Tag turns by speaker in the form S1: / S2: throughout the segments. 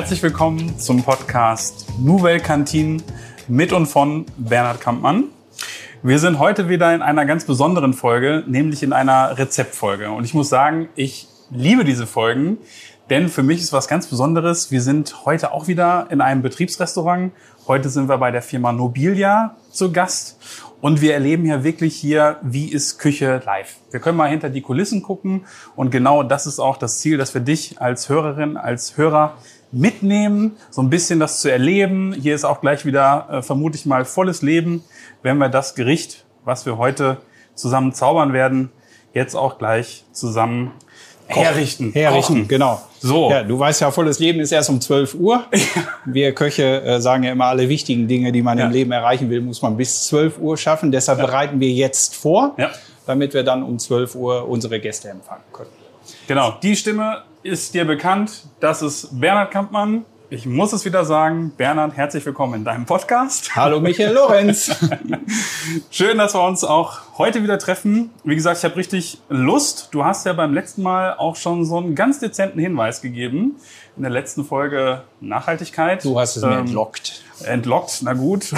S1: Herzlich willkommen zum Podcast Nouvelle Cantine mit und von Bernhard Kampmann. Wir sind heute wieder in einer ganz besonderen Folge, nämlich in einer Rezeptfolge. Und ich muss sagen, ich liebe diese Folgen, denn für mich ist was ganz Besonderes. Wir sind heute auch wieder in einem Betriebsrestaurant. Heute sind wir bei der Firma Nobilia zu Gast. Und wir erleben hier, wie ist Küche live. Wir können mal hinter die Kulissen gucken. Und genau das ist auch das Ziel, dass wir dich als Hörerin, als Hörer mitnehmen, so ein bisschen das zu erleben. Hier ist auch gleich wieder, vermute ich mal, volles Leben, wenn wir das Gericht, was wir heute zusammen zaubern werden, jetzt auch gleich zusammen herrichten,
S2: genau.
S1: So.
S2: Ja, du weißt ja, volles Leben ist erst um 12 Uhr. Wir Köche sagen ja immer, alle wichtigen Dinge, die man im Leben erreichen will, muss man bis 12 Uhr schaffen. Deshalb bereiten wir jetzt vor, damit wir dann um 12 Uhr unsere Gäste empfangen können.
S1: Genau, die Stimme ist dir bekannt. Das ist Bernhard Kampmann. Ich muss es wieder sagen, Bernhard, herzlich willkommen in deinem Podcast.
S2: Hallo Michael Lorenz.
S1: Schön, dass wir uns auch heute wieder treffen. Wie gesagt, ich habe richtig Lust. Du hast ja beim letzten Mal auch schon so einen ganz dezenten Hinweis gegeben. In der letzten Folge Nachhaltigkeit.
S2: Du hast es mir entlockt.
S1: Entlockt, na gut.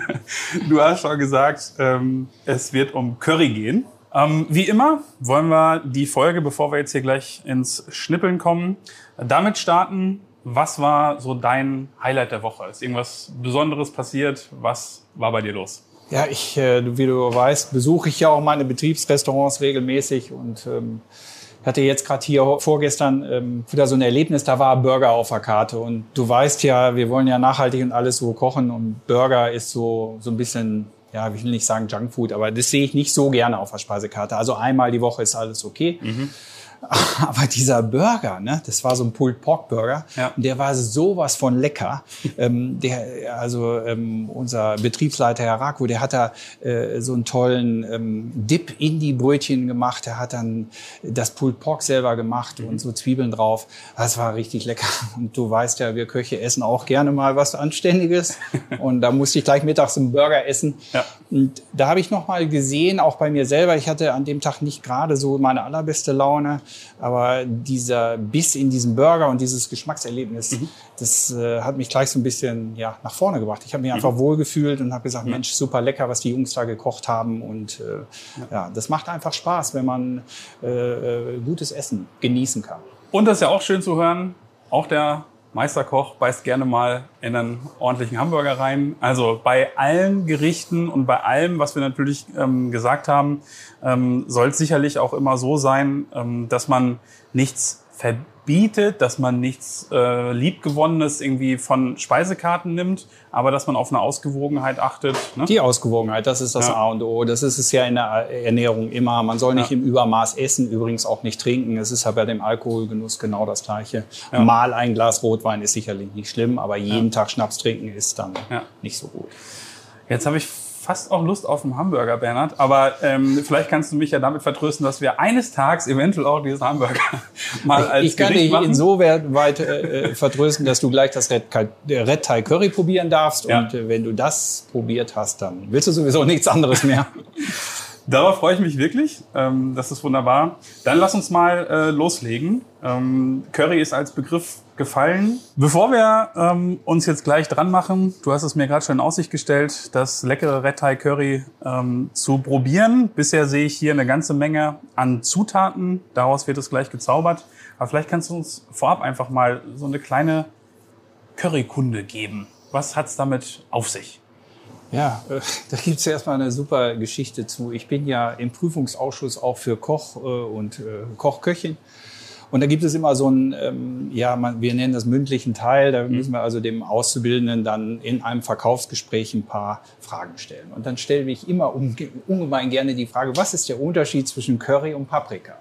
S1: Du hast schon gesagt, es wird um Curry gehen. Wie immer wollen wir die Folge, bevor wir jetzt hier gleich ins Schnippeln kommen, damit starten. Was war so dein Highlight der Woche? Ist irgendwas Besonderes passiert? Was war bei dir los?
S2: Ja, wie du weißt, besuche ich ja auch meine Betriebsrestaurants regelmäßig und hatte jetzt gerade hier vorgestern wieder so ein Erlebnis, da war Burger auf der Karte. Und du weißt ja, wir wollen ja nachhaltig und alles so kochen und Burger ist so ein bisschen, ja, ich will nicht sagen Junkfood, aber das sehe ich nicht so gerne auf der Speisekarte. Also einmal die Woche ist alles okay. Mhm. Aber dieser Burger, ne, das war so ein Pulled Pork Burger, und der war sowas von lecker. Unser Betriebsleiter Herr Rako, der hat da so einen tollen Dip in die Brötchen gemacht. Der hat dann das Pulled Pork selber gemacht und so Zwiebeln drauf. Das war richtig lecker. Und du weißt ja, wir Köche essen auch gerne mal was Anständiges. Und da musste ich gleich mittags einen Burger essen. Ja. Und da habe ich noch mal gesehen, auch bei mir selber, ich hatte an dem Tag nicht gerade so meine allerbeste Laune. Aber dieser Biss in diesen Burger und dieses Geschmackserlebnis, das hat mich gleich so ein bisschen nach vorne gebracht. Ich habe mich einfach wohlgefühlt und habe gesagt, Mensch, super lecker, was die Jungs da gekocht haben. Und das macht einfach Spaß, wenn man gutes Essen genießen kann.
S1: Und das ist ja auch schön zu hören, auch der Meisterkoch beißt gerne mal in einen ordentlichen Hamburger rein. Also bei allen Gerichten und bei allem, was wir natürlich gesagt haben, soll es sicherlich auch immer so sein, dass man nichts verbietet, dass man nichts Liebgewonnenes irgendwie von Speisekarten nimmt, aber dass man auf eine Ausgewogenheit achtet. Ne?
S2: Die Ausgewogenheit, das ist das A und O. Das ist es ja in der Ernährung immer. Man soll nicht im Übermaß essen, übrigens auch nicht trinken. Es ist ja bei dem Alkoholgenuss genau das Gleiche. Ja. Mal ein Glas Rotwein ist sicherlich nicht schlimm, aber jeden Tag Schnaps trinken ist dann nicht so gut.
S1: Jetzt habe ich fast auch Lust auf einen Hamburger, Bernhard. Aber vielleicht kannst du mich ja damit vertrösten, dass wir eines Tages eventuell auch diesen Hamburger mal als Gericht machen.
S2: Ich kann dich insoweit vertrösten, dass du gleich das Red Thai Curry probieren darfst. Ja. Und wenn du das probiert hast, dann willst du sowieso nichts anderes mehr.
S1: Darauf freue ich mich wirklich. Das ist wunderbar. Dann lass uns mal loslegen. Curry ist als Begriff gefallen. Bevor wir uns jetzt gleich dran machen, du hast es mir gerade schon in Aussicht gestellt, das leckere Red Thai Curry zu probieren. Bisher sehe ich hier eine ganze Menge an Zutaten. Daraus wird es gleich gezaubert. Aber vielleicht kannst du uns vorab einfach mal so eine kleine Currykunde geben. Was hat's damit auf sich?
S2: Ja, da gibt's erstmal eine super Geschichte zu. Ich bin ja im Prüfungsausschuss auch für Koch und Kochköchin. Und da gibt es immer so einen, wir nennen das mündlichen Teil. Da müssen wir also dem Auszubildenden dann in einem Verkaufsgespräch ein paar Fragen stellen. Und dann stelle ich immer ungemein gerne die Frage, was ist der Unterschied zwischen Curry und Paprika?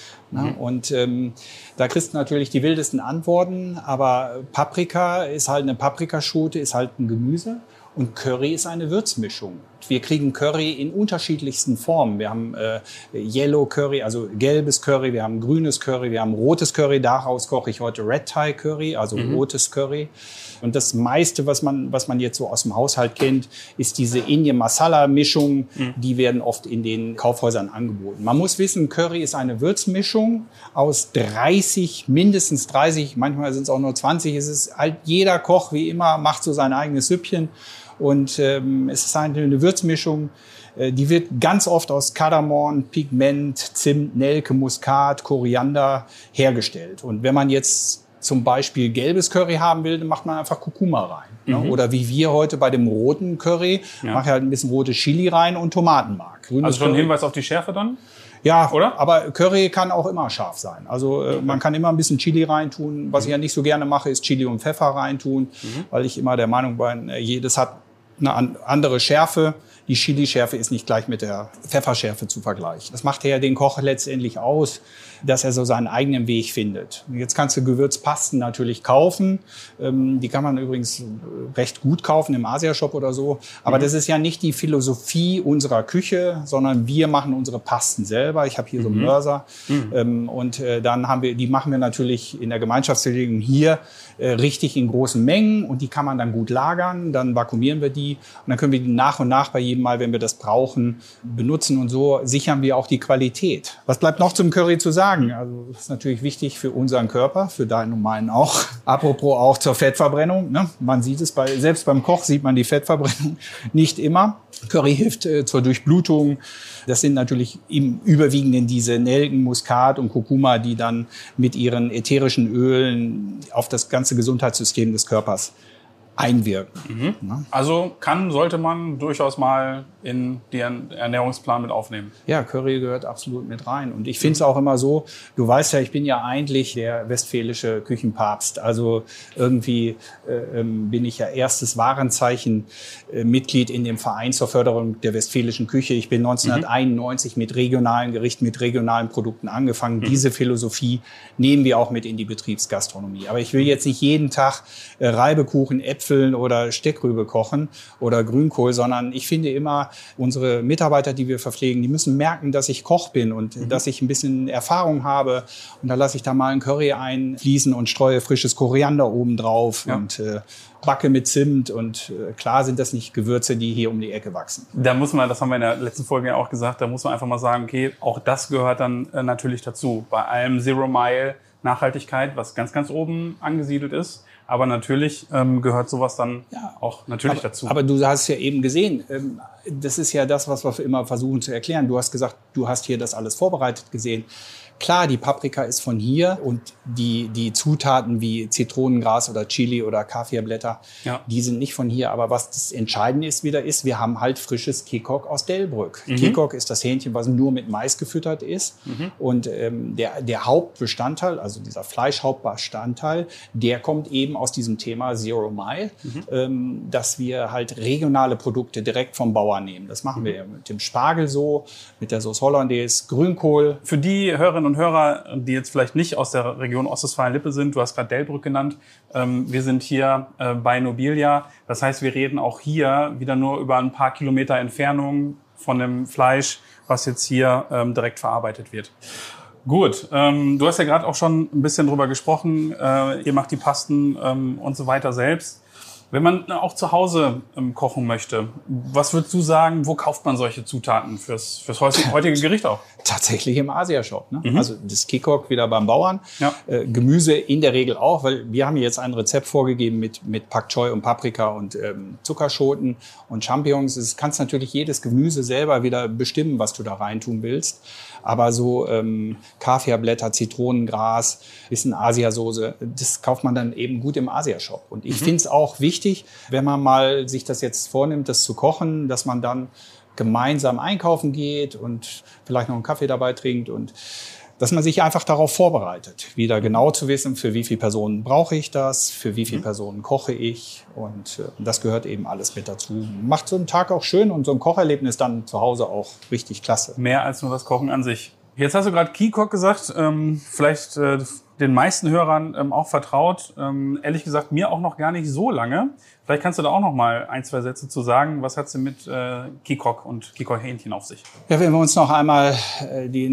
S2: Und da kriegst du natürlich die wildesten Antworten. Aber Paprika ist halt eine Paprikaschote, ist halt ein Gemüse. Und Curry ist eine Würzmischung. wir kriegen Curry in unterschiedlichsten Formen. Wir haben Yellow Curry, also gelbes Curry, wir haben grünes Curry, wir haben rotes Curry. Daraus koche ich heute Red Thai Curry, also rotes Curry. Und das meiste, was man jetzt so aus dem Haushalt kennt, ist diese Indian Masala Mischung. Die werden oft in den Kaufhäusern angeboten. Man muss wissen, Curry ist eine Würzmischung aus mindestens 30, manchmal sind es auch nur 20. Es ist halt jeder Koch, wie immer, macht so sein eigenes Süppchen. Und es ist eine Würzmischung, die wird ganz oft aus Kardamom, Pigment, Zimt, Nelke, Muskat, Koriander hergestellt. Und wenn man jetzt zum Beispiel gelbes Curry haben will, dann macht man einfach Kurkuma rein. Ne? Oder wie wir heute bei dem roten Curry, mache ich halt ein bisschen rote Chili rein und Tomatenmark. Grünes
S1: Also schon ein
S2: Curry.
S1: Hinweis auf die Schärfe dann?
S2: Ja,
S1: oder?
S2: Aber Curry kann auch immer scharf sein. Also man kann immer ein bisschen Chili reintun. Was ich ja nicht so gerne mache, ist Chili und Pfeffer reintun, weil ich immer der Meinung bin, jedes hat eine andere Schärfe. Die Chili-Schärfe ist nicht gleich mit der Pfefferschärfe zu vergleichen. Das macht ja den Koch letztendlich aus, dass er so seinen eigenen Weg findet. Jetzt kannst du Gewürzpasten natürlich kaufen. Die kann man übrigens recht gut kaufen im Asia-Shop oder so. Aber das ist ja nicht die Philosophie unserer Küche, sondern wir machen unsere Pasten selber. Ich habe hier so einen Mörser. Und dann die machen wir natürlich in der Gemeinschaftsverpflegung hier richtig in großen Mengen. Und die kann man dann gut lagern. Dann vakuumieren wir die. Und dann können wir die nach und nach bei jedem Mal, wenn wir das brauchen, benutzen. Und so sichern wir auch die Qualität. Was bleibt noch zum Curry zu sagen? Also das ist natürlich wichtig für unseren Körper, für deinen und meinen auch. Apropos auch zur Fettverbrennung. Ne? Man sieht es selbst beim Koch sieht man die Fettverbrennung nicht immer. Curry hilft zur Durchblutung. Das sind natürlich im Überwiegenden diese Nelken, Muskat und Kurkuma, die dann mit ihren ätherischen Ölen auf das ganze Gesundheitssystem des Körpers einwirken.
S1: Also sollte man durchaus mal in den Ernährungsplan mit aufnehmen.
S2: Ja, Curry gehört absolut mit rein. Und ich finde es auch immer so, du weißt ja, ich bin ja eigentlich der westfälische Küchenpapst. Also irgendwie bin ich ja erstes Warenzeichen Mitglied in dem Verein zur Förderung der westfälischen Küche. Ich bin 1991 mit regionalen Gerichten, mit regionalen Produkten angefangen. Diese Philosophie nehmen wir auch mit in die Betriebsgastronomie. Aber ich will jetzt nicht jeden Tag Reibekuchen, Äpfel oder Steckrübe kochen oder Grünkohl, sondern ich finde immer, unsere Mitarbeiter, die wir verpflegen, die müssen merken, dass ich Koch bin und dass ich ein bisschen Erfahrung habe. Und da lasse ich da mal einen Curry einfließen und streue frisches Koriander oben drauf und backe mit Zimt. Und klar sind das nicht Gewürze, die hier um die Ecke wachsen.
S1: Da muss man, das haben wir in der letzten Folge ja auch gesagt, da muss man einfach mal sagen, okay, auch das gehört dann natürlich dazu. Bei allem Zero Mile Nachhaltigkeit, was ganz, ganz oben angesiedelt ist. Aber natürlich gehört sowas dann auch natürlich dazu.
S2: Aber du hast ja eben gesehen, das ist ja das, was wir immer versuchen zu erklären. Du hast gesagt, du hast hier das alles vorbereitet gesehen. Klar, die Paprika ist von hier und die Zutaten wie Zitronengras oder Chili oder Kaffeeblätter, die sind nicht von hier. Aber was das Entscheidende ist, wir haben halt frisches Kikok aus Delbrück. Kikok ist das Hähnchen, was nur mit Mais gefüttert ist. Und der Hauptbestandteil, also dieser Fleischhauptbestandteil, der kommt eben aus diesem Thema Zero Mile, dass wir halt regionale Produkte direkt vom Bauern nehmen. Das machen wir mit dem Spargel so, mit der Sauce Hollandaise, Grünkohl.
S1: Für die Hörerinnen und Hörer, die jetzt vielleicht nicht aus der Region Ostwestfalen-Lippe sind, du hast gerade Delbrück genannt, wir sind hier bei Nobilia. Das heißt, wir reden auch hier wieder nur über ein paar Kilometer Entfernung von dem Fleisch, was jetzt hier direkt verarbeitet wird. Gut, du hast ja gerade auch schon ein bisschen drüber gesprochen, ihr macht die Pasten und so weiter selbst. Wenn man auch zu Hause kochen möchte, was würdest du sagen, wo kauft man solche Zutaten fürs heutige Gericht auch?
S2: Tatsächlich im Asia-Shop. Ne? Also das Kikok wieder beim Bauern. Gemüse in der Regel auch, weil wir haben jetzt ein Rezept vorgegeben mit Pak Choi und Paprika und Zuckerschoten und Champignons. Du kannst natürlich jedes Gemüse selber wieder bestimmen, was du da reintun willst. Aber so Kaffeeblätter, Zitronengras, bisschen Asiasoße, das kauft man dann eben gut im Asia-Shop. Und ich finde es auch wichtig, wenn man mal sich das jetzt vornimmt, das zu kochen, dass man dann gemeinsam einkaufen geht und vielleicht noch einen Kaffee dabei trinkt und dass man sich einfach darauf vorbereitet, wieder genau zu wissen, für wie viele Personen brauche ich das, für wie viele Personen koche ich und das gehört eben alles mit dazu. Macht so einen Tag auch schön und so ein Kocherlebnis dann zu Hause auch richtig klasse.
S1: Mehr als nur das Kochen an sich. Jetzt hast du gerade Kikok gesagt, vielleicht den meisten Hörern auch vertraut. Ehrlich gesagt, mir auch noch gar nicht so lange. Vielleicht kannst du da auch noch mal 1, 2 Sätze zu sagen. Was hat es denn mit Kikok und Kikok-Hähnchen auf sich?
S2: Ja, wenn wir uns noch einmal die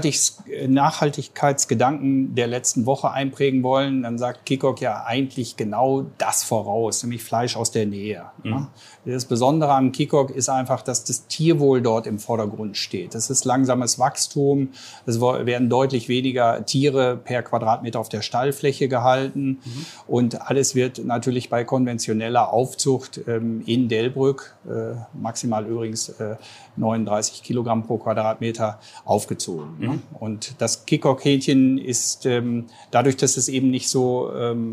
S2: Nachhaltigkeitsgedanken der letzten Woche einprägen wollen, dann sagt Kikok ja eigentlich genau das voraus, nämlich Fleisch aus der Nähe. Mhm. Das Besondere am Kikok ist einfach, dass das Tierwohl dort im Vordergrund steht. Das ist langsames Wachstum. Es werden deutlich weniger Tiere per Quadratmeter auf der Stallfläche gehalten. Mhm. Und alles wird natürlich bei konventioneller Aufzucht in Delbrück, maximal übrigens 39 Kilogramm pro Quadratmeter, aufgezogen. Mhm. Und das Kikok-Hähnchen ist dadurch, dass es eben nicht so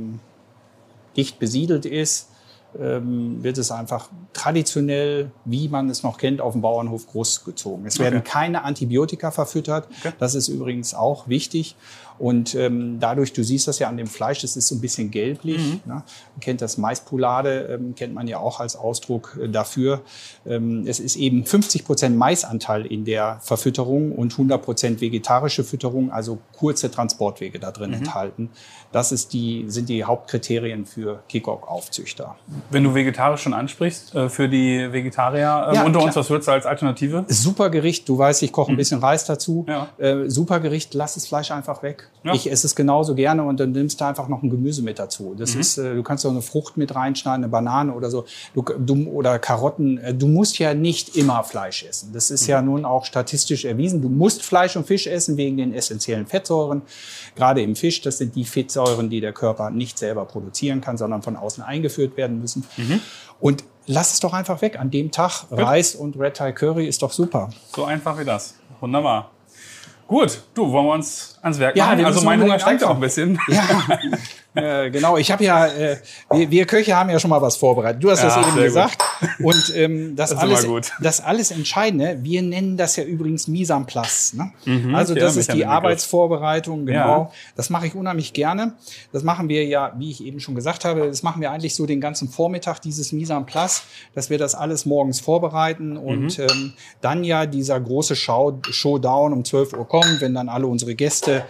S2: dicht besiedelt ist, wird es einfach traditionell, wie man es noch kennt, auf dem Bauernhof großgezogen. Es werden keine Antibiotika verfüttert. Okay. Das ist übrigens auch wichtig. Und dadurch, du siehst das ja an dem Fleisch, das ist so ein bisschen gelblich. Mhm. Ne? Man kennt das Maispolade, kennt man ja auch als Ausdruck dafür. Es ist eben 50% Maisanteil in der Verfütterung und 100% vegetarische Fütterung, also kurze Transportwege da drin enthalten. Das sind die Hauptkriterien für Kikok-Aufzüchter.
S1: Wenn du vegetarisch schon ansprichst, für die Vegetarier unter uns, was würdest du als Alternative?
S2: Super Gericht, du weißt, ich koche ein bisschen Reis dazu. Ja. Super Gericht, lass das Fleisch einfach weg. Ja. Ich esse es genauso gerne und dann nimmst du einfach noch ein Gemüse mit dazu. Das ist, du kannst auch eine Frucht mit reinschneiden, eine Banane oder so, oder Karotten. Du musst ja nicht immer Fleisch essen. Das ist ja nun auch statistisch erwiesen. Du musst Fleisch und Fisch essen wegen den essentiellen Fettsäuren. Gerade im Fisch, das sind die Fettsäuren, die der Körper nicht selber produzieren kann, sondern von außen eingeführt werden müssen. Und lass es doch einfach weg. An dem Tag Reis und Red Thai Curry ist doch super.
S1: So einfach wie das. Wunderbar. Gut, du, wollen wir uns ans Werk machen? Also mein Hunger steigt auch ein bisschen.
S2: Ja, genau. Ich habe ja, wir Köche haben ja schon mal was vorbereitet. Du hast das eben gesagt. Gut. Und das alles Entscheidende, wir nennen das ja übrigens Mise en place. Ne? Also das ist die Arbeitsvorbereitung, genau. Ja. Das mache ich unheimlich gerne. Das machen wir ja, wie ich eben schon gesagt habe, das machen wir eigentlich so den ganzen Vormittag, dieses Mise en place, dass wir das alles morgens vorbereiten und dann ja dieser große Showdown um 12 Uhr kommt, wenn dann alle unsere Gäste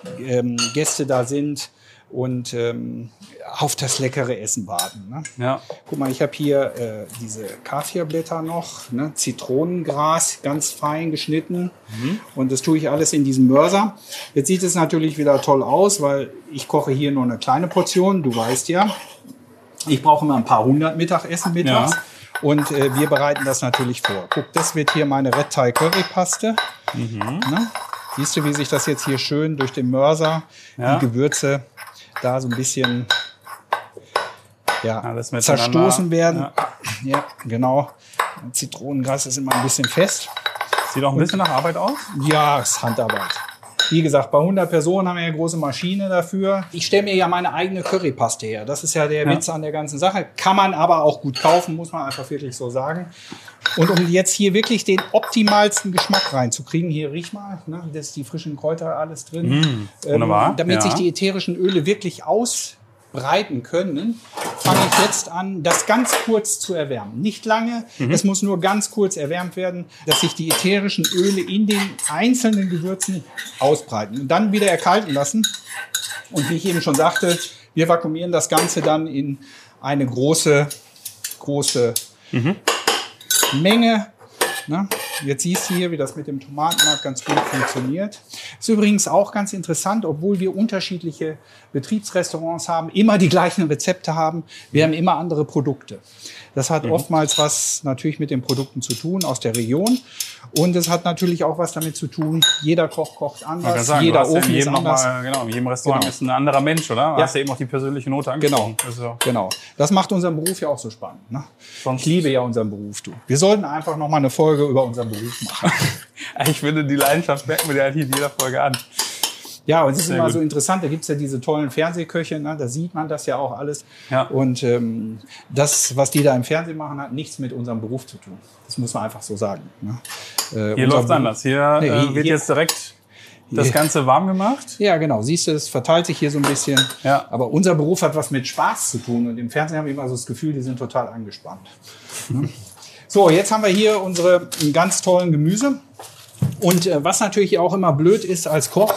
S2: da sind und auf das leckere Essen warten. Ne? Ja. Guck mal, ich habe hier diese Kaffeeblätter noch, ne? Zitronengras, ganz fein geschnitten. Und das tue ich alles in diesem Mörser. Jetzt sieht es natürlich wieder toll aus, weil ich koche hier nur eine kleine Portion. Du weißt ja, ich brauche immer ein paar 100 Mittagessen mittags. Ja. Und wir bereiten das natürlich vor. Guck, das wird hier meine Red Thai Curry Paste. Ne? Siehst du, wie sich das jetzt hier schön durch den Mörser, die Gewürze da so ein bisschen zerstoßen werden. Ja, genau. Zitronengras ist immer ein bisschen fest.
S1: Sieht auch ein bisschen nach Arbeit aus?
S2: Ja, ist Handarbeit. Wie gesagt, bei 100 Personen haben wir eine große Maschine dafür. Ich stelle mir ja meine eigene Currypaste her. Das ist ja der Witz an der ganzen Sache. Kann man aber auch gut kaufen, muss man einfach wirklich so sagen. Und um jetzt hier wirklich den optimalsten Geschmack reinzukriegen, hier riech mal, ne, das ist die frischen Kräuter alles drin.
S1: Wunderbar.
S2: Damit sich die ätherischen Öle wirklich ausbreiten können, fange ich jetzt an, das ganz kurz zu erwärmen. Nicht lange, es muss nur ganz kurz erwärmt werden, dass sich die ätherischen Öle in den einzelnen Gewürzen ausbreiten. Und dann wieder erkalten lassen. Und wie ich eben schon sagte, wir vakuumieren das Ganze dann in eine große Menge. Ne? Jetzt siehst du hier, wie das mit dem Tomatenmark ganz gut funktioniert. Ist übrigens auch ganz interessant, obwohl wir unterschiedliche Betriebsrestaurants haben, immer die gleichen Rezepte haben, wir haben immer andere Produkte. Das hat oftmals was natürlich mit den Produkten zu tun aus der Region. Und es hat natürlich auch was damit zu tun, jeder Koch kocht anders, jeder Ofen ist anders.
S1: In jedem Restaurant ist ein anderer Mensch, oder? Du hast ja eben auch die persönliche Note angesprochen.
S2: Genau. Das macht unseren Beruf ja auch so spannend. Ne? Ich liebe ja unseren Beruf, du. Wir sollten einfach noch mal eine Folge über unseren Beruf machen.
S1: Ich finde, die Leidenschaft merken wir ja hier in jeder Folge an.
S2: Ja, und es ist immer so interessant, da gibt's ja diese tollen Fernsehköche, ne? Da sieht man das ja auch alles. Ja. Und das, was die da im Fernsehen machen, hat nichts mit unserem Beruf zu tun. Das muss man einfach so sagen. Ne?
S1: Hier läuft's anders. Hier wird jetzt direkt das Ganze warm gemacht.
S2: Ja, genau. Siehst du, es verteilt sich hier so ein bisschen. Ja. Aber unser Beruf hat was mit Spaß zu tun. Und im Fernsehen haben wir immer so das Gefühl, die sind total angespannt. Ne? So, jetzt haben wir hier unsere ganz tollen Gemüse. Und was natürlich auch immer blöd ist als Koch,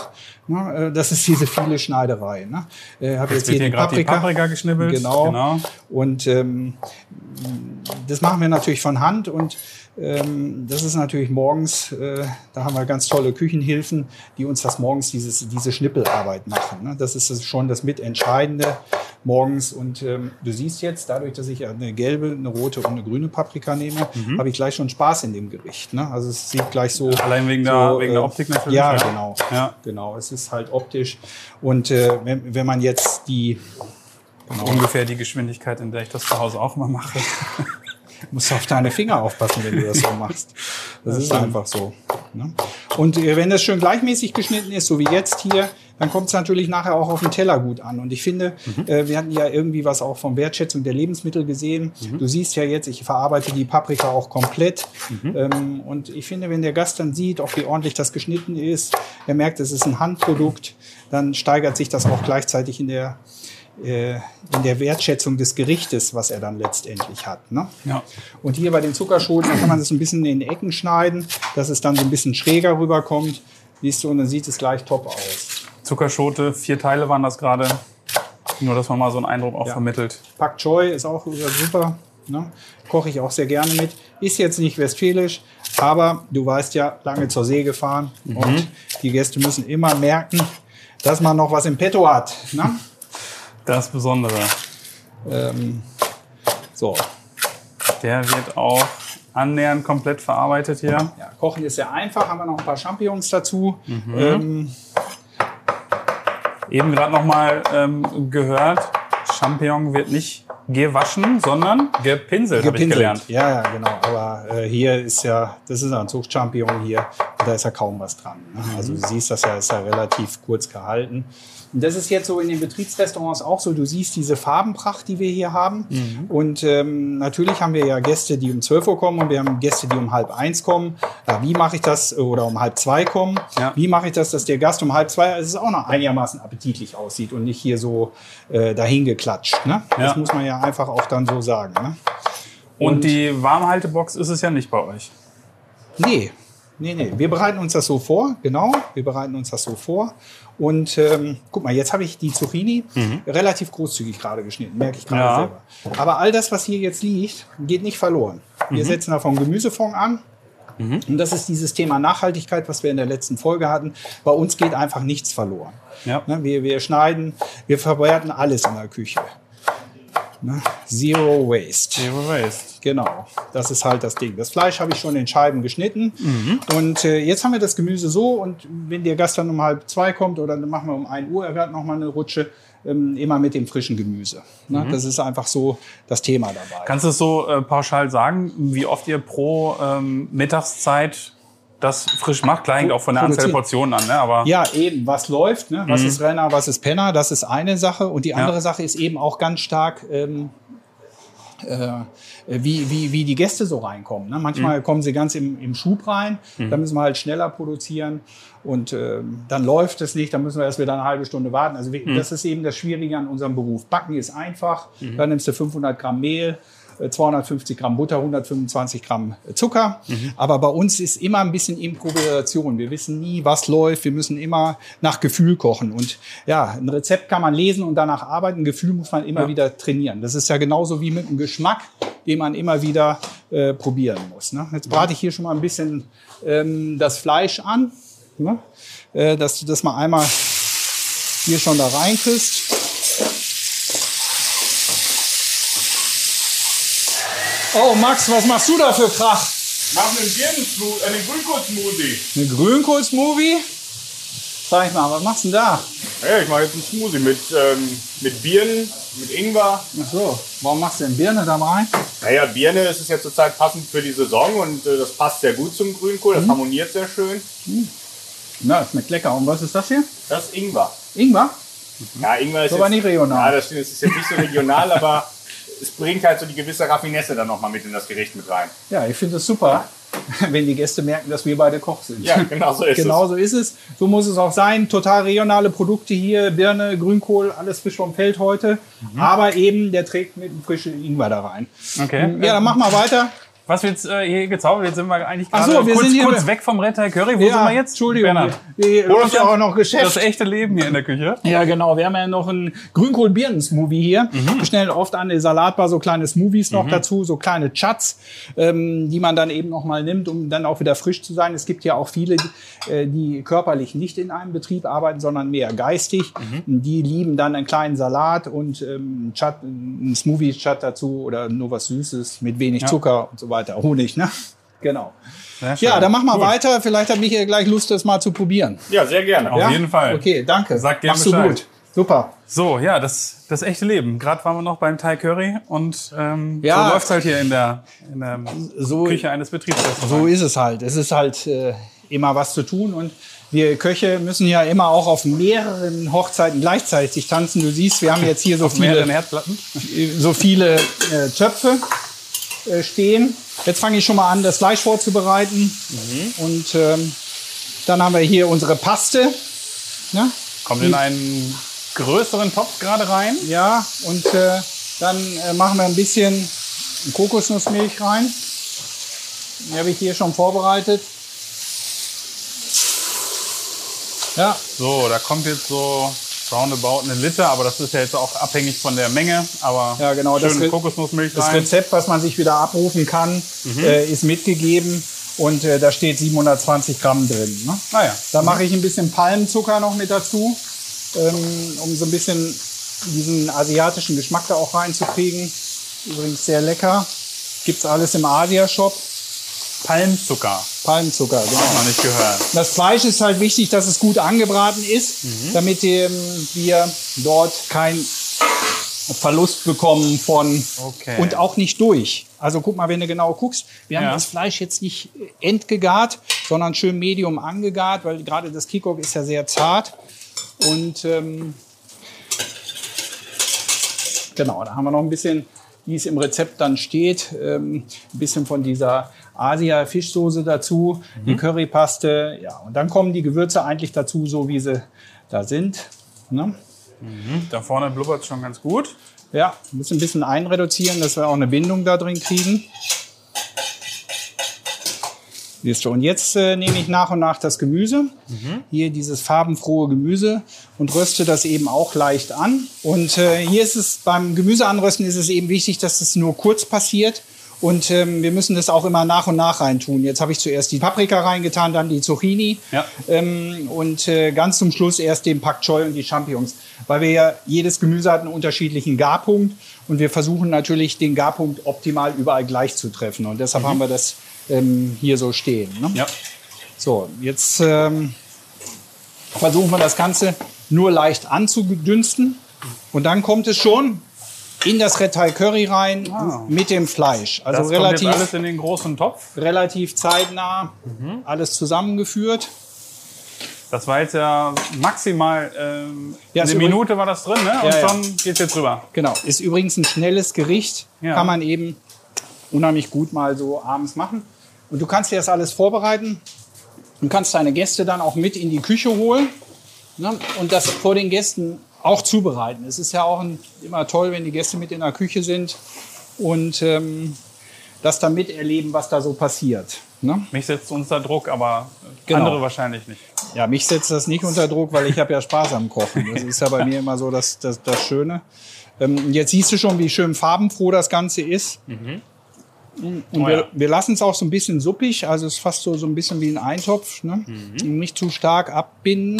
S2: Ne? Das ist diese viele Schneiderei. Ne? Habe
S1: jetzt wird hier gerade die Paprika geschnibbelt.
S2: Genau. Und das machen wir natürlich von Hand und das ist natürlich morgens, da haben wir ganz tolle Küchenhilfen, die uns das morgens diese Schnippelarbeit machen. Ne? Das ist schon das Mitentscheidende morgens. Und du siehst jetzt, dadurch, dass ich eine gelbe, eine rote und eine grüne Paprika nehme, habe ich gleich schon Spaß in dem Gericht. Ne? Also es sieht gleich so...
S1: Allein wegen der Optik natürlich.
S2: Ja, genau. Ja. Genau, es ist halt optisch. Und wenn man jetzt die...
S1: Genau. Ungefähr die Geschwindigkeit, in der ich das zu Hause auch immer mache.
S2: Du musst auf deine Finger aufpassen, wenn du das so machst. Das ist einfach so. Ne? Und wenn das schön gleichmäßig geschnitten ist, so wie jetzt hier, dann kommt es natürlich nachher auch auf den Teller gut an. Und ich finde, wir hatten ja irgendwie was auch von Wertschätzung der Lebensmittel gesehen. Du siehst ja jetzt, ich verarbeite die Paprika auch komplett. Und ich finde, wenn der Gast dann sieht, auch wie ordentlich das geschnitten ist, er merkt, es ist ein Handprodukt, dann steigert sich das auch gleichzeitig in der Wertschätzung des Gerichtes, was er dann letztendlich hat. Ne?
S1: Ja.
S2: Und hier bei den Zuckerschoten, da kann man das ein bisschen in Ecken schneiden, dass es dann so ein bisschen schräger rüberkommt. Siehst du, und dann sieht es gleich top aus.
S1: Zuckerschote, 4 Teile waren das gerade. Nur, dass man mal so einen Eindruck auch vermittelt.
S2: Pak Choi ist auch super. Ne? Koche ich auch sehr gerne mit. Ist jetzt nicht westfälisch, aber du weißt ja, lange zur See gefahren. Und die Gäste müssen immer merken, dass man noch was im Petto hat. Ne?
S1: Das Besondere.
S2: So.
S1: Der wird auch annähernd komplett verarbeitet hier.
S2: Ja, kochen ist sehr einfach. Haben wir noch ein paar Champignons dazu.
S1: Eben gerade noch mal gehört, Champignon wird nicht gewaschen, sondern gepinselt, habe ich gelernt.
S2: Ja, genau. Aber hier ist ja, das ist ein Zuchtchampignon hier, da ist ja kaum was dran. Ne? Also du siehst, das ist ja relativ kurz gehalten. Und das ist jetzt so in den Betriebsrestaurants auch so. Du siehst diese Farbenpracht, die wir hier haben. Und natürlich haben wir ja Gäste, die um 12 Uhr kommen und wir haben Gäste, die um 12:30 kommen. Ja, wie mache ich das? Oder um 1:30 kommen. Ja. Wie mache ich das, dass der Gast um 1:30, es auch noch einigermaßen appetitlich aussieht und nicht hier so dahingeklatscht. Ne? Ja. Das muss man ja einfach auch dann so sagen. Ne?
S1: Und die Warmhaltebox ist es ja nicht bei euch?
S2: Nee. Wir bereiten uns das so vor, genau. Wir bereiten uns das so vor. Und guck mal, jetzt habe ich die Zucchini relativ großzügig gerade geschnitten, merke ich gerade selber. Aber all das, was hier jetzt liegt, geht nicht verloren. Wir setzen davon Gemüsefond an. Und das ist dieses Thema Nachhaltigkeit, was wir in der letzten Folge hatten. Bei uns geht einfach nichts verloren. Ja. Wir schneiden, wir verwerten alles in der Küche. Zero Waste.
S1: Zero Waste.
S2: Genau, das ist halt das Ding. Das Fleisch habe ich schon in Scheiben geschnitten. Und jetzt haben wir das Gemüse so. Und wenn der Gast dann um 1:30 kommt oder dann machen wir um 1 Uhr, er hat noch mal eine Rutsche, immer mit dem frischen Gemüse. Das ist einfach so das Thema dabei.
S1: Kannst du es so pauschal sagen, wie oft ihr pro Mittagszeit das frisch macht? Klar, hängt auch von der Anzahl der Portionen an. Ne? Aber
S2: ja, eben, was läuft, ne? Was ist Renner, was ist Penner, das ist eine Sache. Und die andere Sache ist eben auch ganz stark, wie die Gäste so reinkommen. Ne? Manchmal kommen sie ganz im Schub rein, da müssen wir halt schneller produzieren und dann läuft es nicht, dann müssen wir erst wieder eine halbe Stunde warten. Also das ist eben das Schwierige an unserem Beruf. Backen ist einfach, dann nimmst du 500 Gramm Mehl, 250 Gramm Butter, 125 Gramm Zucker. Aber bei uns ist immer ein bisschen Improvisation. Wir wissen nie, was läuft. Wir müssen immer nach Gefühl kochen. Und ja, ein Rezept kann man lesen und danach arbeiten. Ein Gefühl muss man immer wieder trainieren. Das ist ja genauso wie mit dem Geschmack, den man immer wieder probieren muss. Ne? Jetzt brate ich hier schon mal ein bisschen das Fleisch an, ne? Dass du das mal einmal hier schon da reinkriegst. Oh, Max, was machst du da für Krach?
S3: Mach einen Grünkohl-Smoothie.
S2: Eine Grünkohl-Smoothie? Sag ich mal, was machst du denn da?
S3: Ja, ich mache jetzt einen Smoothie mit Birnen, mit Ingwer.
S2: Ach so, warum machst du denn Birne da rein?
S3: Naja, Birne ist es jetzt zurzeit passend für die Saison und das passt sehr gut zum Grünkohl. Das harmoniert sehr schön.
S2: Na, das schmeckt lecker. Und was ist das hier?
S3: Das ist Ingwer.
S2: Ingwer?
S3: Ja, Ingwer ist
S2: aber nicht regional.
S3: Ja, das stimmt, es ist jetzt nicht so regional, aber es bringt halt so die gewisse Raffinesse dann nochmal mit in das Gericht mit rein.
S2: Ja, ich finde es super, wenn die Gäste merken, dass wir beide Koch sind.
S3: Ja, genau so ist es.
S2: Genau so ist es. So muss es auch sein. Total regionale Produkte hier, Birne, Grünkohl, alles frisch vom Feld heute. Aber eben, der trägt mit einem frischen Ingwer da rein.
S1: Okay.
S2: Ja, dann machen wir weiter.
S1: was wir jetzt hier gezaubert, jetzt sind wir eigentlich
S2: Ach
S1: gerade
S2: so, wir sind hier
S1: kurz weg vom Red Thai Curry. Wo sind wir jetzt?
S2: Entschuldigung.
S1: Bernhard.
S2: Wir läuft ja auch noch Geschäft.
S1: Das echte Leben hier in der Küche.
S2: Ja, genau. Wir haben ja noch einen Grünkohl-Birnen-Smoothie hier. Wir stellen oft an der Salatbar so kleine Smoothies noch dazu, so kleine Chats, die man dann eben noch mal nimmt, um dann auch wieder frisch zu sein. Es gibt ja auch viele, die körperlich nicht in einem Betrieb arbeiten, sondern mehr geistig. Die lieben dann einen kleinen Salat und einen Smoothie-Chat dazu oder nur was Süßes mit wenig Zucker und so weiter. Honig, ne? Genau. Ja, dann machen wir weiter. Vielleicht hat Michael gleich Lust, das mal zu probieren.
S3: Ja, sehr gerne.
S1: Auf jeden Fall.
S2: Okay, danke.
S1: Sag gerne
S2: Machst du
S1: Bescheid.
S2: gut. Super.
S1: So, ja, das echte Leben. Gerade waren wir noch beim Thai Curry und so läuft's halt hier in der Küche eines Betriebsrestaurants.
S2: So ist es halt. Es ist halt immer was zu tun und wir Köche müssen ja immer auch auf mehreren Hochzeiten gleichzeitig tanzen. Du siehst, wir haben jetzt hier so
S1: mehreren Herdplatten.
S2: so viele Töpfe stehen. Jetzt fange ich schon mal an, das Fleisch vorzubereiten. Und dann haben wir hier unsere Paste. Ne?
S1: Kommt in einen größeren Topf gerade rein.
S2: Ja, und dann machen wir ein bisschen Kokosnussmilch rein. Die habe ich hier schon vorbereitet. Ja.
S1: So, da kommt jetzt so roundabout 1 Liter, aber das ist ja jetzt auch abhängig von der Menge. Aber
S2: ja, genau,
S1: schön Kokosnussmilch
S2: das
S1: rein.
S2: Rezept, was man sich wieder abrufen kann, ist mitgegeben. Und da steht 720 Gramm drin. Ne?
S1: Naja.
S2: Da mache ich ein bisschen Palmzucker noch mit dazu, um so ein bisschen diesen asiatischen Geschmack da auch reinzukriegen. Übrigens sehr lecker. Gibt's alles im Asia-Shop.
S1: Palmzucker.
S2: Palmzucker, genau.
S1: Noch nicht gehört.
S2: Das Fleisch ist halt wichtig, dass es gut angebraten ist, damit wir dort keinen Verlust bekommen von und auch nicht durch. Also guck mal, wenn du genau guckst, wir haben das Fleisch jetzt nicht entgegart, sondern schön medium angegart, weil gerade das Kikok ist ja sehr zart. Und genau, da haben wir noch ein bisschen, wie es im Rezept dann steht, ein bisschen von dieser Asia-Fischsoße dazu, die Currypaste, ja, und dann kommen die Gewürze eigentlich dazu, so wie sie da sind. Ne?
S1: Da vorne blubbert es schon ganz gut.
S2: Ja, müssen ein bisschen einreduzieren, dass wir auch eine Bindung da drin kriegen. Siehst du, und jetzt nehme ich nach und nach das Gemüse, hier dieses farbenfrohe Gemüse und röste das eben auch leicht an. Und hier ist es, beim Gemüseanrösten ist es eben wichtig, dass es nur kurz passiert. Und wir müssen das auch immer nach und nach reintun. Jetzt habe ich zuerst die Paprika reingetan, dann die Zucchini und ganz zum Schluss erst den Pak Choi und die Champignons. Weil wir ja, jedes Gemüse hat einen unterschiedlichen Garpunkt und wir versuchen natürlich den Garpunkt optimal überall gleich zu treffen. Und deshalb haben wir das hier so stehen. Ne? Ja. So, jetzt versuchen wir das Ganze nur leicht anzudünsten und dann kommt es schon in das Red Thai Curry rein mit dem Fleisch. Also
S1: das
S2: relativ,
S1: kommt jetzt alles in den großen Topf.
S2: Relativ zeitnah alles zusammengeführt.
S1: Das war jetzt ja maximal eine Minute war das drin, ne? Und schon geht's jetzt rüber.
S2: Genau, ist übrigens ein schnelles Gericht.
S1: Ja.
S2: Kann man eben unheimlich gut mal so abends machen. Und du kannst dir das alles vorbereiten und kannst deine Gäste dann auch mit in die Küche holen, ne? Und das vor den Gästen auch zubereiten. Es ist ja auch immer toll, wenn die Gäste mit in der Küche sind und das dann miterleben, was da so passiert. Ne?
S1: Mich setzt unter Druck, aber andere wahrscheinlich nicht.
S2: Ja, mich setzt das nicht unter Druck, weil ich habe ja Spaß am Kochen. Das ist ja bei mir immer so das Schöne. Jetzt siehst du schon, wie schön farbenfroh das Ganze ist. Und wir lassen es auch so ein bisschen suppig, also es ist fast so ein bisschen wie ein Eintopf. Ne? Nicht zu stark abbinden.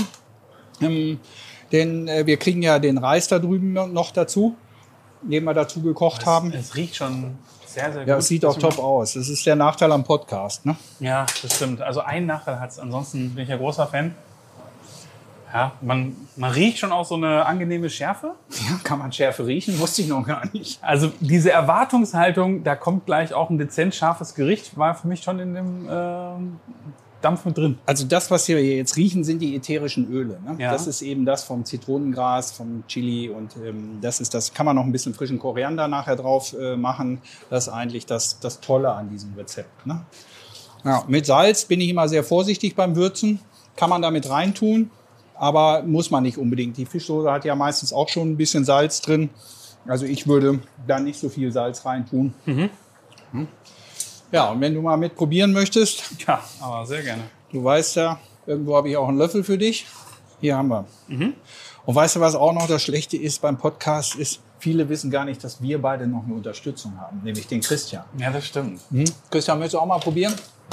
S2: Denn wir kriegen ja den Reis da drüben noch dazu, den wir dazu gekocht haben.
S1: Es riecht schon sehr, sehr gut.
S2: Ja, es sieht auch top aus. Das ist der Nachteil am Podcast. Ne?
S1: Ja, das stimmt. Also einen Nachteil hat es. Ansonsten bin ich ja großer Fan. Ja, man riecht schon auch so eine angenehme Schärfe.
S2: Ja, kann man Schärfe riechen? Wusste ich noch gar nicht.
S1: Also diese Erwartungshaltung, da kommt gleich auch ein dezent scharfes Gericht, war für mich schon in dem Dampf mit drin.
S2: Also das, was wir jetzt riechen, sind die ätherischen Öle. Ne?
S1: Ja.
S2: Das ist eben das vom Zitronengras, vom Chili und das kann man noch ein bisschen frischen Koriander nachher drauf machen. Das ist eigentlich das Tolle an diesem Rezept. Ne? Ja, mit Salz bin ich immer sehr vorsichtig beim Würzen. Kann man damit reintun, aber muss man nicht unbedingt. Die Fischsoße hat ja meistens auch schon ein bisschen Salz drin. Also ich würde da nicht so viel Salz reintun. Ja, und wenn du mal mitprobieren möchtest,
S1: Ja, aber sehr gerne.
S2: du weißt ja, irgendwo habe ich auch einen Löffel für dich. Hier haben wir. Und weißt du, was auch noch das Schlechte ist beim Podcast ist, viele wissen gar nicht, dass wir beide noch eine Unterstützung haben, nämlich den Christian.
S1: Ja, das stimmt.
S2: Christian, möchtest du auch mal probieren?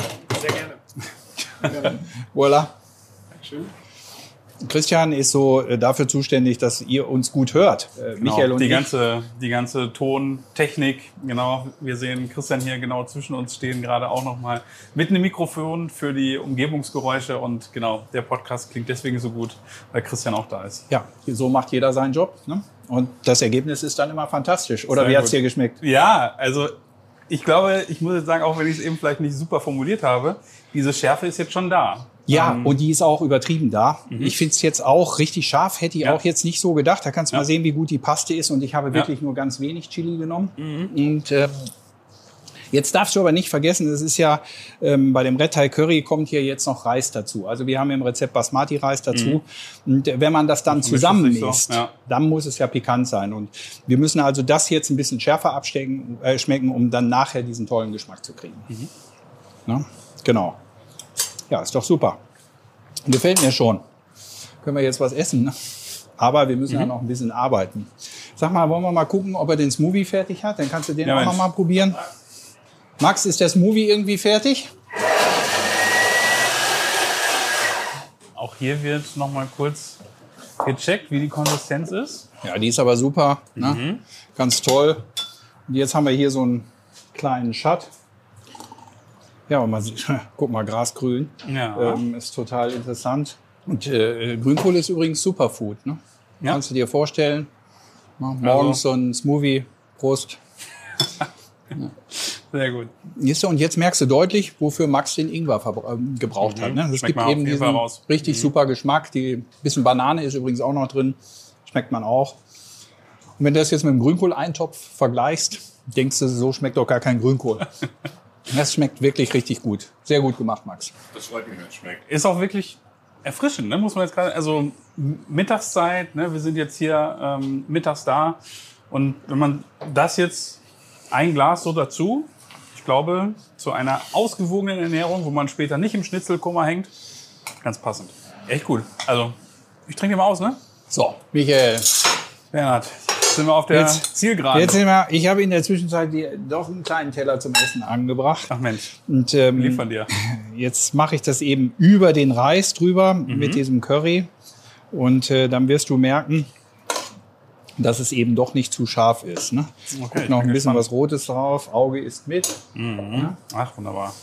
S3: Sehr gerne.
S2: Voilà.
S3: Dankeschön.
S2: Christian ist so dafür zuständig, dass ihr uns gut hört. Michael und
S1: die
S2: ich.
S1: die ganze Tontechnik, genau. Wir sehen Christian hier genau zwischen uns stehen, gerade auch nochmal mit einem Mikrofon für die Umgebungsgeräusche. Und genau, der Podcast klingt deswegen so gut, weil Christian auch da ist.
S2: Ja, so macht jeder seinen Job. Ne? Und das Ergebnis ist dann immer fantastisch. Oder
S1: Sehr
S2: wie hat's
S1: gut.
S2: dir geschmeckt?
S1: Ja, also ich glaube, ich muss jetzt sagen, auch wenn ich es eben vielleicht nicht super formuliert habe, diese Schärfe ist jetzt schon da.
S2: Ja, und die ist auch übertrieben da. Ich find's jetzt auch richtig scharf, hätte ich
S1: Ja.
S2: auch jetzt nicht so gedacht. Da kannst du mal sehen, wie gut die Paste ist. Und ich habe wirklich nur ganz wenig Chili genommen. Und jetzt darfst du aber nicht vergessen, es ist ja bei dem Red Thai Curry kommt hier jetzt noch Reis dazu. Also wir haben im Rezept Basmati-Reis dazu. Und wenn man das dann
S1: mischt es
S2: zusammen
S1: sich so,
S2: isst,
S1: ja.
S2: dann muss es ja pikant sein. Und wir müssen also das jetzt ein bisschen schärfer schmecken, um dann nachher diesen tollen Geschmack zu kriegen. Na? Genau. Ja, ist doch super. Gefällt mir schon. Können wir jetzt was essen, ne? Aber wir müssen ja noch ein bisschen arbeiten. Sag mal, wollen wir mal gucken, ob er den Smoothie fertig hat? Dann kannst du den
S1: Ja,
S2: auch
S1: Mensch.
S2: noch mal probieren. Max, ist der Smoothie irgendwie fertig?
S1: Auch hier wird nochmal kurz gecheckt, wie die Konsistenz ist.
S2: Ja, die ist aber super. Ne? Ganz toll. Und jetzt haben wir hier so einen kleinen Shot. Ja, und man sieht, guck mal, grasgrün.
S1: Ja.
S2: Ist total interessant. Und Grünkohl ist übrigens Superfood. Ne?
S1: Ja.
S2: Kannst du dir vorstellen? Na, morgens so ein Smoothie, Prost.
S1: Sehr gut.
S2: Siehst du, und jetzt merkst du deutlich, wofür Max den Ingwer gebraucht hat. Ne? Es
S1: Schmeckt
S2: gibt
S1: man auf
S2: eben
S1: jeden
S2: diesen
S1: Fall raus.
S2: richtig super Geschmack. Die bisschen Banane ist übrigens auch noch drin. Schmeckt man auch. Und wenn du das jetzt mit dem Grünkohl-Eintopf vergleichst, denkst du, so schmeckt doch gar kein Grünkohl. Das schmeckt wirklich richtig gut. Sehr gut gemacht, Max.
S3: Das freut mich, wenn es schmeckt.
S1: Ist auch wirklich erfrischend, ne? Muss man jetzt gerade, also Mittagszeit, ne? Wir sind jetzt hier mittags da. Und wenn man das jetzt ein Glas so dazu, ich glaube, zu einer ausgewogenen Ernährung, wo man später nicht im Schnitzelkoma hängt, ganz passend. Echt gut. Also, ich trinke mal aus, ne?
S2: So, Michael.
S1: Bernhard, jetzt sind wir auf der
S2: Jetzt-
S1: Zielgeraden.
S2: Jetzt sind wir, ich habe in der Zwischenzeit dir doch einen kleinen Teller zum Essen angebracht.
S1: Ach Mensch,
S2: Und
S1: lieb von dir.
S2: jetzt mache ich das eben über den Reis drüber mit diesem Curry. Und dann wirst du merken, dass es eben doch nicht zu scharf ist. Ne?
S1: Okay,
S2: Guck
S1: ich
S2: noch
S1: bin
S2: ein bisschen
S1: gespannt.
S2: was Rotes drauf. Auge ist mit.
S1: Ach, wunderbar.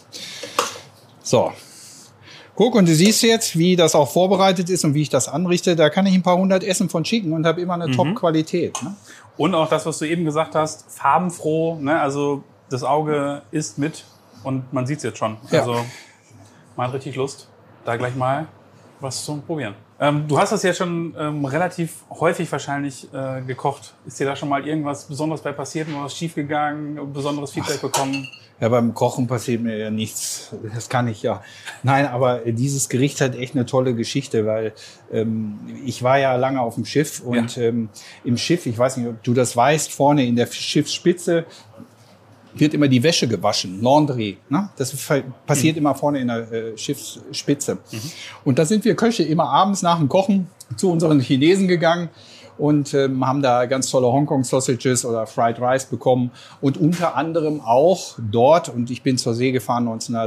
S2: So. Guck, und du siehst jetzt, wie das auch vorbereitet ist und wie ich das anrichte. Da kann ich ein paar hundert Essen von schicken und habe immer eine Top-Qualität. Ne?
S1: Und auch das, was du eben gesagt hast, farbenfroh, ne? Also das Auge isst mit und man sieht es jetzt schon.
S2: Ja.
S1: Also man hat richtig Lust, da gleich mal was zu probieren. Du hast das ja schon relativ häufig wahrscheinlich gekocht. Ist dir da schon mal irgendwas Besonderes bei passiert, mal was schiefgegangen, besonderes Feedback bekommen?
S2: Ja, beim Kochen passiert mir ja nichts. Das kann ich ja. Nein, aber dieses Gericht hat echt eine tolle Geschichte, weil ich war ja lange auf dem Schiff und im Schiff, ich weiß nicht, ob du das weißt, vorne in der Schiffsspitze wird immer die Wäsche gewaschen, Laundry. Ne? Das passiert immer vorne in der Schiffsspitze. Und da sind wir Köche immer abends nach dem Kochen zu unseren Chinesen gegangen und haben da ganz tolle Hongkong-Sausages oder Fried Rice bekommen. Und unter anderem auch dort, und ich bin zur See gefahren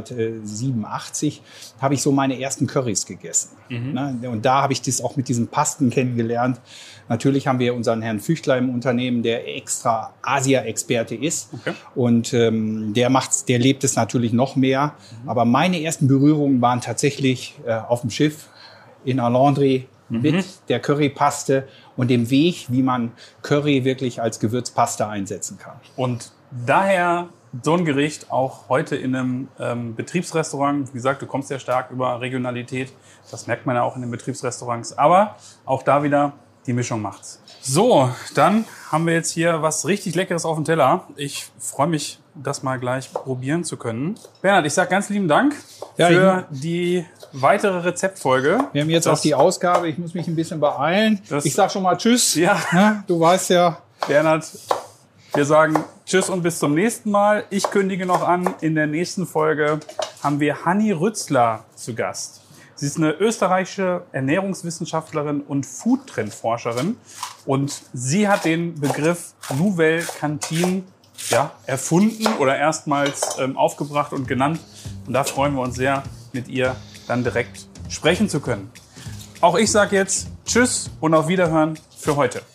S2: 1987, habe ich so meine ersten Currys gegessen. Ne? Und da habe ich das auch mit diesen Pasten kennengelernt. Natürlich haben wir unseren Herrn Füchtler im Unternehmen, der extra Asia-Experte ist.
S1: Okay.
S2: Und der lebt es natürlich noch mehr. Aber meine ersten Berührungen waren tatsächlich auf dem Schiff in einer Laundry mit der Currypaste und dem Weg, wie man Curry wirklich als Gewürzpaste einsetzen kann.
S1: Und daher so ein Gericht auch heute in einem Betriebsrestaurant. Wie gesagt, du kommst sehr stark über Regionalität. Das merkt man ja auch in den Betriebsrestaurants. Aber auch da wieder, die Mischung macht's. So, dann haben wir jetzt hier was richtig Leckeres auf dem Teller. Ich freue mich, das mal gleich probieren zu können. Bernhard, ich sage ganz lieben Dank
S2: Ja,
S1: für die weitere Rezeptfolge.
S2: Wir haben jetzt auch die Ausgabe. Ich muss mich ein bisschen beeilen.
S1: Das-
S2: Ich sag schon mal Tschüss.
S1: Ja.
S2: Ne? Du weißt ja,
S1: Bernhard Wir sagen Tschüss und bis zum nächsten Mal. Ich kündige noch an, in der nächsten Folge haben wir Hanni Rützler zu Gast. Sie ist eine österreichische Ernährungswissenschaftlerin und Foodtrendforscherin. Und sie hat den Begriff Nouvelle Cantine erfunden oder erstmals aufgebracht und genannt. Und da freuen wir uns sehr, mit ihr dann direkt sprechen zu können. Auch ich sage jetzt Tschüss und auf Wiederhören für heute.